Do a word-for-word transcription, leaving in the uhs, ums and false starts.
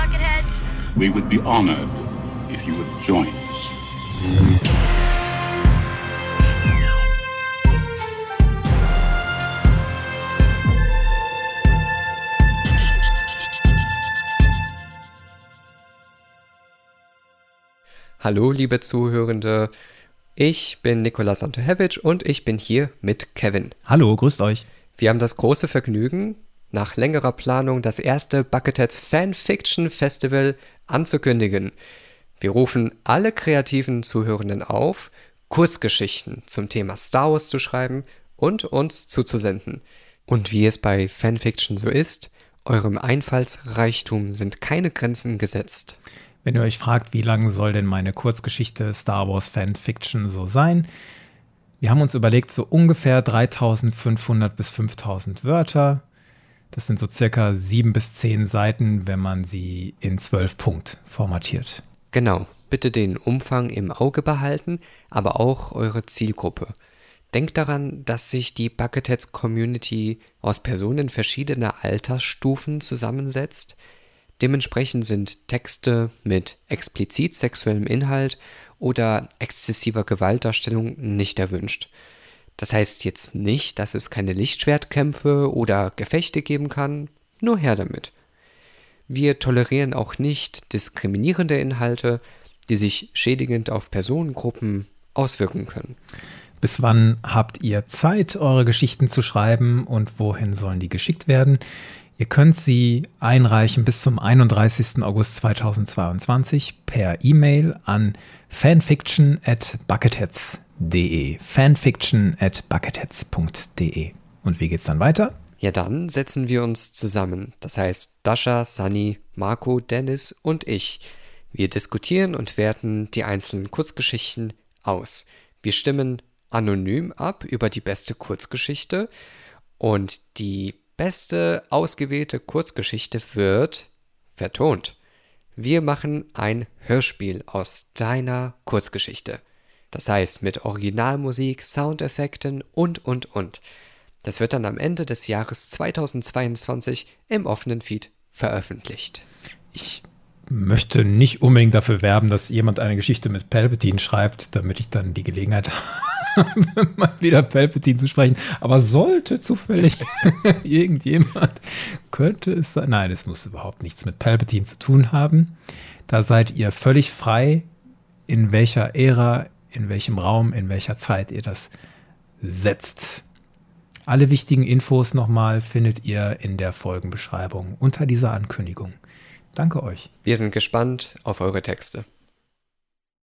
Bucketheads. We would be honored if you would join us. Hallo, liebe Zuhörende. Ich bin Nikolas Antehevich und ich bin hier mit Kevin. Hallo, grüßt euch. Wir haben das große Vergnügen, nach längerer Planung das erste Bucketheads Fanfiction Festival anzukündigen. Wir rufen alle kreativen Zuhörenden auf, Kurzgeschichten zum Thema Star Wars zu schreiben und uns zuzusenden. Und wie es bei Fanfiction so ist, eurem Einfallsreichtum sind keine Grenzen gesetzt. Wenn ihr euch fragt, wie lang soll denn meine Kurzgeschichte Star Wars Fanfiction so sein? Wir haben uns überlegt, so ungefähr dreitausendfünfhundert bis fünftausend Wörter. Das sind so circa sieben bis zehn Seiten, wenn man sie in zwölf Punkt formatiert. Genau, bitte den Umfang im Auge behalten, aber auch eure Zielgruppe. Denkt daran, dass sich die Bucketheads-Community aus Personen verschiedener Altersstufen zusammensetzt. Dementsprechend sind Texte mit explizit sexuellem Inhalt oder exzessiver Gewaltdarstellung nicht erwünscht. Das heißt jetzt nicht, dass es keine Lichtschwertkämpfe oder Gefechte geben kann, nur her damit. Wir tolerieren auch nicht diskriminierende Inhalte, die sich schädigend auf Personengruppen auswirken können. Bis wann habt ihr Zeit, eure Geschichten zu schreiben und wohin sollen die geschickt werden? Ihr könnt sie einreichen bis zum einunddreißigsten August zweitausendzweiundzwanzig per E-Mail an fanfiction at bucketheads punkt de. fanfiction at bucketheads punkt de. Und wie geht's dann weiter? Ja, dann setzen wir uns zusammen. Das heißt Dasha, Sunny, Marco, Dennis und ich. Wir diskutieren und werten die einzelnen Kurzgeschichten aus. Wir stimmen anonym ab über die beste Kurzgeschichte und die beste ausgewählte Kurzgeschichte wird vertont. Wir machen ein Hörspiel aus deiner Kurzgeschichte. Das heißt mit Originalmusik, Soundeffekten und, und, und. Das wird dann am Ende des Jahres zweitausendzweiundzwanzig im offenen Feed veröffentlicht. Ich möchte nicht unbedingt dafür werben, dass jemand eine Geschichte mit Palpatine schreibt, damit ich dann die Gelegenheit habe, mal wieder Palpatine zu sprechen. Aber sollte zufällig irgendjemand, könnte es sein. Nein, es muss überhaupt nichts mit Palpatine zu tun haben. Da seid ihr völlig frei, in welcher Ära, in welchem Raum, in welcher Zeit ihr das setzt. Alle wichtigen Infos nochmal findet ihr in der Folgenbeschreibung unter dieser Ankündigung. Danke euch. Wir sind gespannt auf eure Texte.